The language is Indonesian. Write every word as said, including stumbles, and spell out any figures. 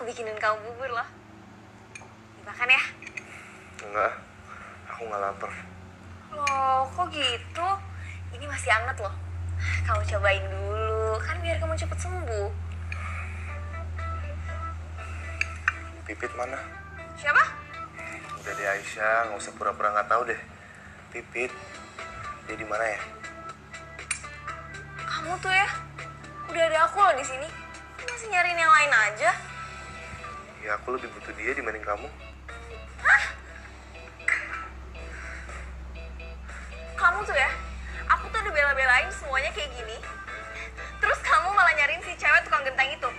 bikinin kamu bubur loh. Dimakan ya? Enggak, aku nggak lapar. Loh, kok gitu? Ini masih anget loh. Kamu cobain dulu, kan biar kamu cepet sembuh. Pipit mana? Siapa? Udah deh Aisyah, nggak usah pura-pura nggak tahu deh. Pipit, dia di mana ya? Kamu tuh ya, udah ada aku loh di sini. Masih nyariin yang lain aja. Ya aku lebih butuh dia dibanding kamu. Hah? Kamu tuh ya, aku tuh udah bela-belain semuanya kayak gini. Terus kamu malah nyariin si cewek tukang genteng itu.